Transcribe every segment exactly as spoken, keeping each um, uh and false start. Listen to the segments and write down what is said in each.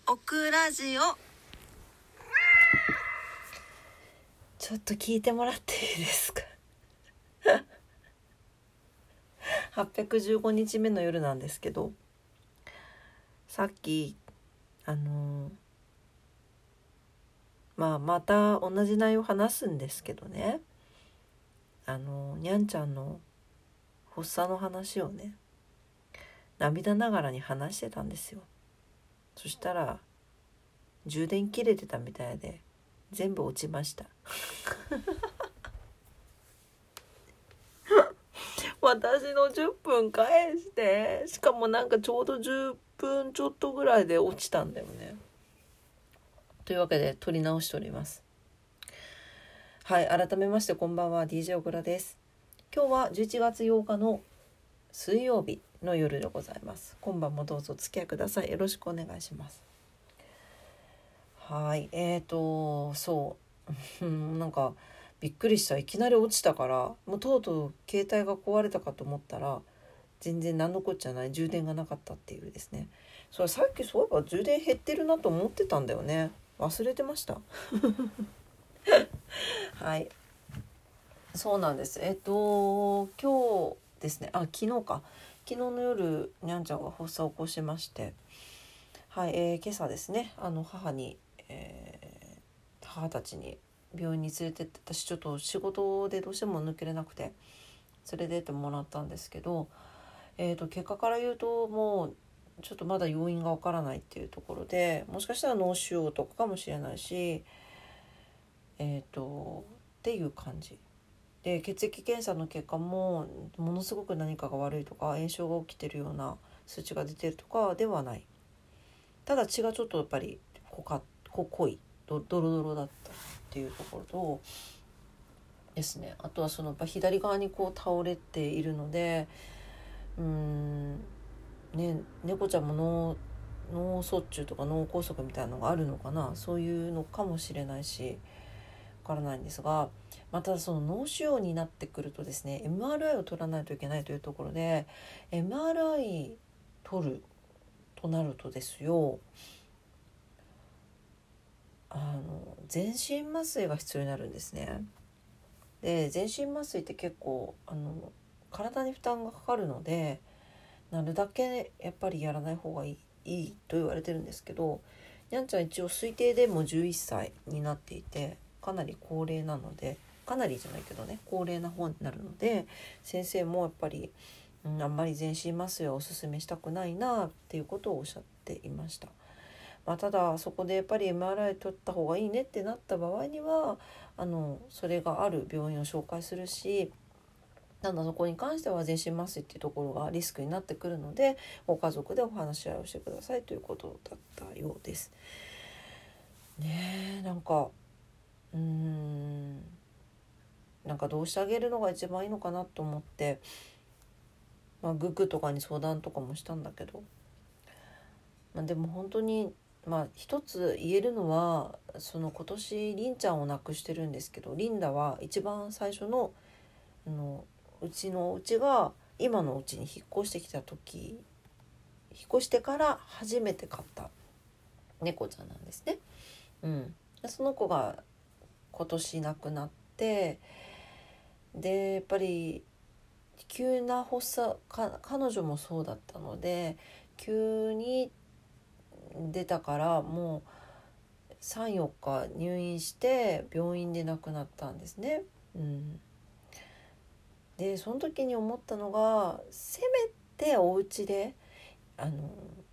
オクラジオ。 ちょっと聞いてもらっていいですかはっぴゃくじゅうごにちめの夜なんですけど、さっきあのー、まあまた同じ内容話すんですけどね、あのー、にゃんちゃんの発作の話をね、涙ながらに話してたんですよ。そしたら充電切れてたみたいで全部落ちました私のじゅっぷん返して、しかもなんかちょうどじゅっぷんちょっとぐらいで落ちたんだよね。というわけで撮り直しております。はい、改めましてこんばんは、 ディージェー 小倉です。今日はじゅういちがつようかの水曜日の夜でございます。今晩もどうぞお付き合いください。よろしくお願いします。はい、えーとそうなんかびっくりした。いきなり落ちたから、もうとうとう携帯が壊れたかと思ったら全然何のこっちゃない、充電がなかったっていうですね。それさっきそういえば充電減ってるなと思ってたんだよね。忘れてましたはい、そうなんです。えっと今日ですね、あ昨日か昨日の夜にゃんちゃんが発作を起こしまして、はい、えー、今朝ですね、あの母に、えー、母たちに病院に連れてって、私ちょっと仕事でどうしても抜けれなくて連れてってもらったんですけど、えーと結果から言うともうちょっとまだ要因がわからないっていうところで、もしかしたら脳腫瘍とかかもしれないし、えーとっていう感じで、血液検査の結果もものすごく何かが悪いとか炎症が起きてるような数値が出てるとかではない。ただ血がちょっとやっぱり濃か濃濃いドドロドロだったっていうところとですね、あとはそのやっぱ左側にこう倒れているので、うーんね、猫ちゃんも脳脳卒中とか脳梗塞みたいなのがあるのかな、そういうのかもしれないしわからないんですが、またその脳腫瘍になってくるとですね、 エムアールアイ を取らないといけないというところで、 エムアールアイ 取るとなるとですよ、あの全身麻酔が必要になるんですね。で全身麻酔って結構あの体に負担がかかるので、なるだけやっぱりやらない方がいい、いいと言われてるんですけど、にゃんちゃん一応推定でもじゅういっさいになっていて、かなり高齢なので、かなりじゃないけどね、高齢な方になるので、先生もやっぱり、うん、あんまり全身麻酔はおすすめしたくないなっていうことをおっしゃっていました。まあ、ただそこでやっぱり エムアールアイ 取った方がいいねってなった場合には、あのそれがある病院を紹介するし、ただそこに関しては全身麻酔っていうところがリスクになってくるので、ご家族でお話し合いをしてくださいということだったようですね。えなんかうーんなんかどうしてあげるのが一番いいのかなと思って、まあ、グッグとかに相談とかもしたんだけど、まあ、でも本当にまあ一つ言えるのは、その今年リンちゃんを亡くしてるんですけど、リンダは一番最初のあのうちのうちが今のうちに引っ越してきた時、引っ越してから初めて飼った猫ちゃんなんですね。うん、その子が今年亡くなって、でやっぱり急な発作か、彼女もそうだったので急に出たからもうさん、よっか入院して病院で亡くなったんですね。うん、でその時に思ったのが、せめてお家であの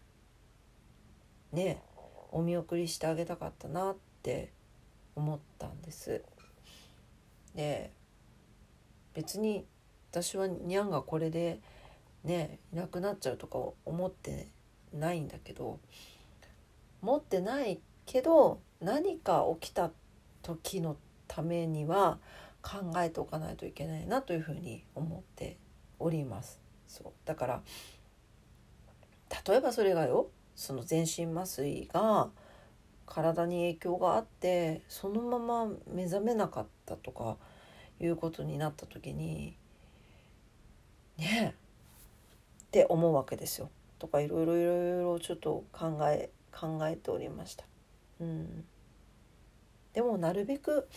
ねお見送りしてあげたかったなって思ったんです。で別に私はニャンがこれでねいなくなっちゃうとか思ってないんだけど、持ってないけど何か起きた時のためには考えておかないといけないなというふうに思っております。そうだから例えばそれがよ、その全身麻酔が体に影響があってそのまま目覚めなかったとかいうことになった時にねえって思うわけですよ。とかいろいろいろいろちょっと考え考えておりました。うん、でもなるべく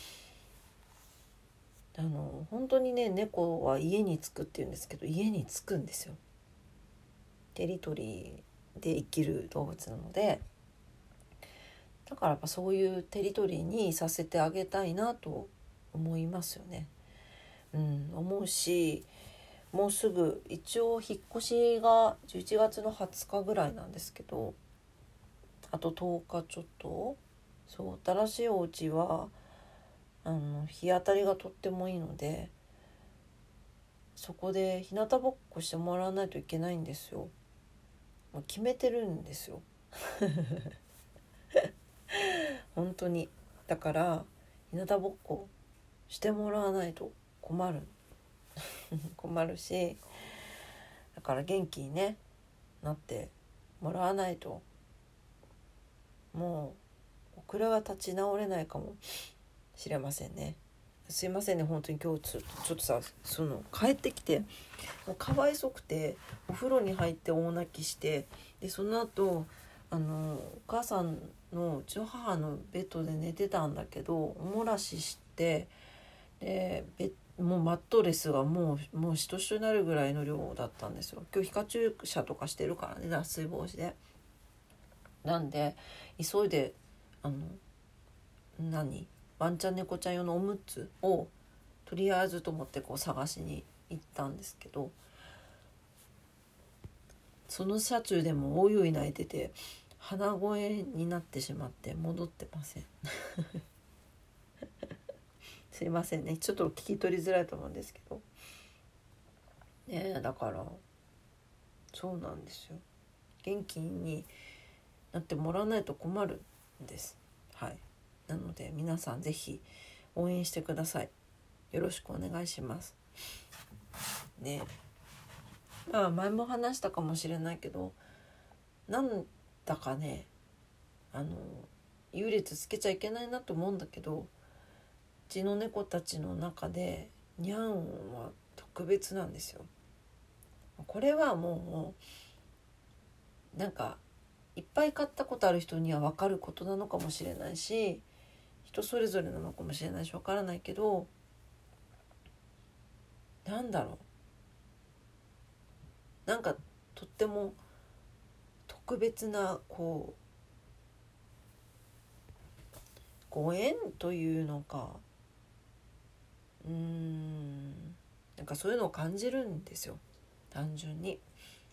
あの本当にね、猫は家に着くっていうんですけど、家に着くんですよ。テリトリーで生きる動物なので、だからやっぱそういうテリトリーにいさせてあげたいなと思いますよね。うん、思うし、もうすぐ一応引っ越しがじゅういちがつのはつかぐらいなんですけど、あととおかちょっと。そう、新しいお家はあの日当たりがとってもいいので、そこで日向ぼっこしてもらわないといけないんですよ。もう決めてるんですよ本当に。だから日向ぼっこしてもらわないと困る困るし、だから元気にねなってもらわないと、もうオクラが立ち直れないかもしれませんね。すいませんね、本当に今日ちょっと、ちょっとさ、その帰ってきてもうかわいそくて、お風呂に入って大泣きして、でその後あのお母さんのうちの母のベッドで寝てたんだけど、おもらしして、でベもうマットレスがもうもうしとしとになるぐらいの量だったんですよ。今日皮下注射とかしてるからね、脱水防止で。なんで急いであの何ワンちゃん猫ちゃん用のおむつをとりあえずと思ってこう探しに行ったんですけど、その車中でも大いい泣いてて、鼻声になってしまって戻ってませんすいませんね、ちょっと聞き取りづらいと思うんですけどね。えだからそうなんですよ、元気になってもらわないと困るんです。はい、なので皆さんぜひ応援してください。よろしくお願いしますね。まあ前も話したかもしれないけど、なんだかね、あの優劣つけちゃいけないなと思うんだけど、うちの猫たちの中でニャンは特別なんですよ。これはもうなんかいっぱい飼ったことある人には分かることなのかもしれないし、人それぞれなのかもしれないし分からないけど、なんだろう、なんかとっても特別なこうご縁というのか、うーんなんかそういうのを感じるんですよ、単純に。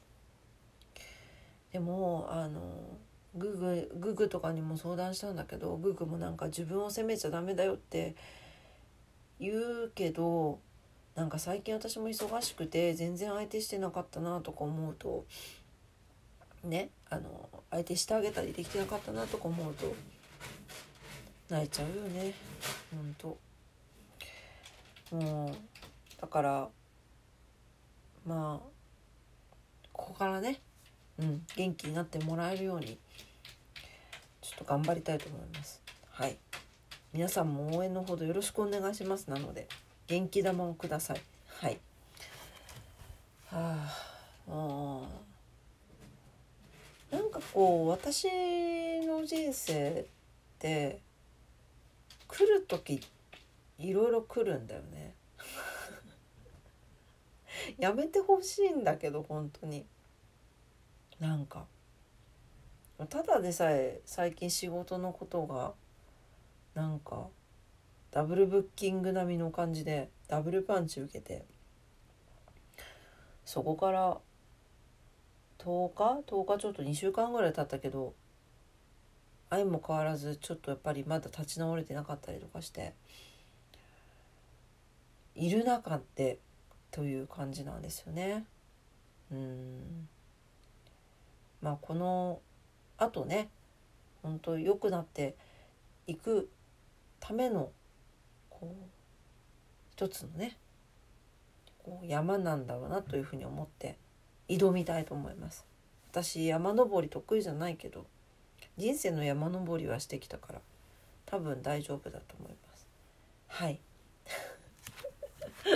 でもあのググググとかにも相談したんだけど、ググもなんか自分を責めちゃダメだよって言うけど、なんか最近私も忙しくて全然相手してなかったなとか思うとね、あの相手してあげたりできてなかったなとか思うと泣いちゃうよね、ほんと。もうだからまあここからね、うん、元気になってもらえるようにちょっと頑張りたいと思います。はい、皆さんも応援のほどよろしくお願いします。なので元気玉をください。はい。はあ、あなんかこう私の人生って来る時いろいろ来るんだよねやめてほしいんだけど、本当になんかただでさえ最近仕事のことがなんかダブルブッキング並みの感じでダブルパンチ受けて、そこからとおかとおかちょっとにしゅうかんぐらい経ったけど、相も変わらずちょっとやっぱりまだ立ち直れてなかったりとかしている中でという感じなんですよね。うーんまあこのあとね、本当良くなっていくためのこう一つのねこう山なんだろうなというふうに思って挑みたいと思います。私山登り得意じゃないけど人生の山登りはしてきたから多分大丈夫だと思います。はい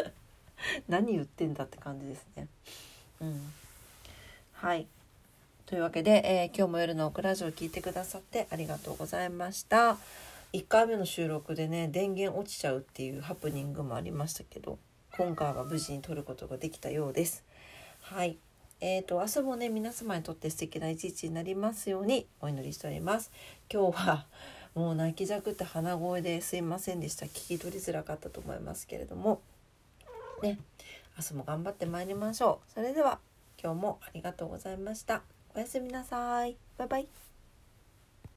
何言ってんだって感じですね。うんはい、 というわけで、えー、今日も夜のオクラジオを聞いてくださってありがとうございました。いっかいめの収録でね電源落ちちゃうっていうハプニングもありましたけど、今回は無事に撮ることができたようです。はい、えーと明日もね皆様にとって素敵な一日になりますようにお祈りしております。今日はもう泣きじゃくって鼻声ですいませんでした。聞き取りづらかったと思いますけれどもね、明日も頑張ってまいりましょう。それでは今日もありがとうございました。おやすみなさい。バイバイ。